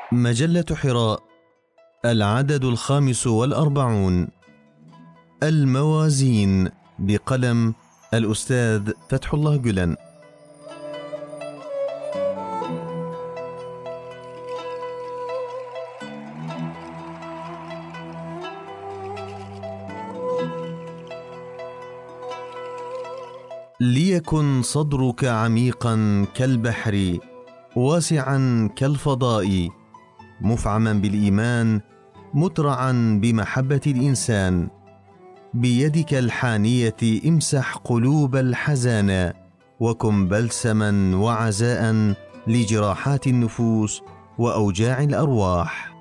مجلة حراء، العدد 45، الموازين، بقلم الأستاذ فتح الله جلن. ليكن صدرك عميقا كالبحر، واسعا كالفضاء، مفعما بالإيمان، مترعا بمحبة الإنسان. بيدك الحانية امسح قلوب الحزانى، وكن بلسما وعزاء لجراحات النفوس وأوجاع الأرواح.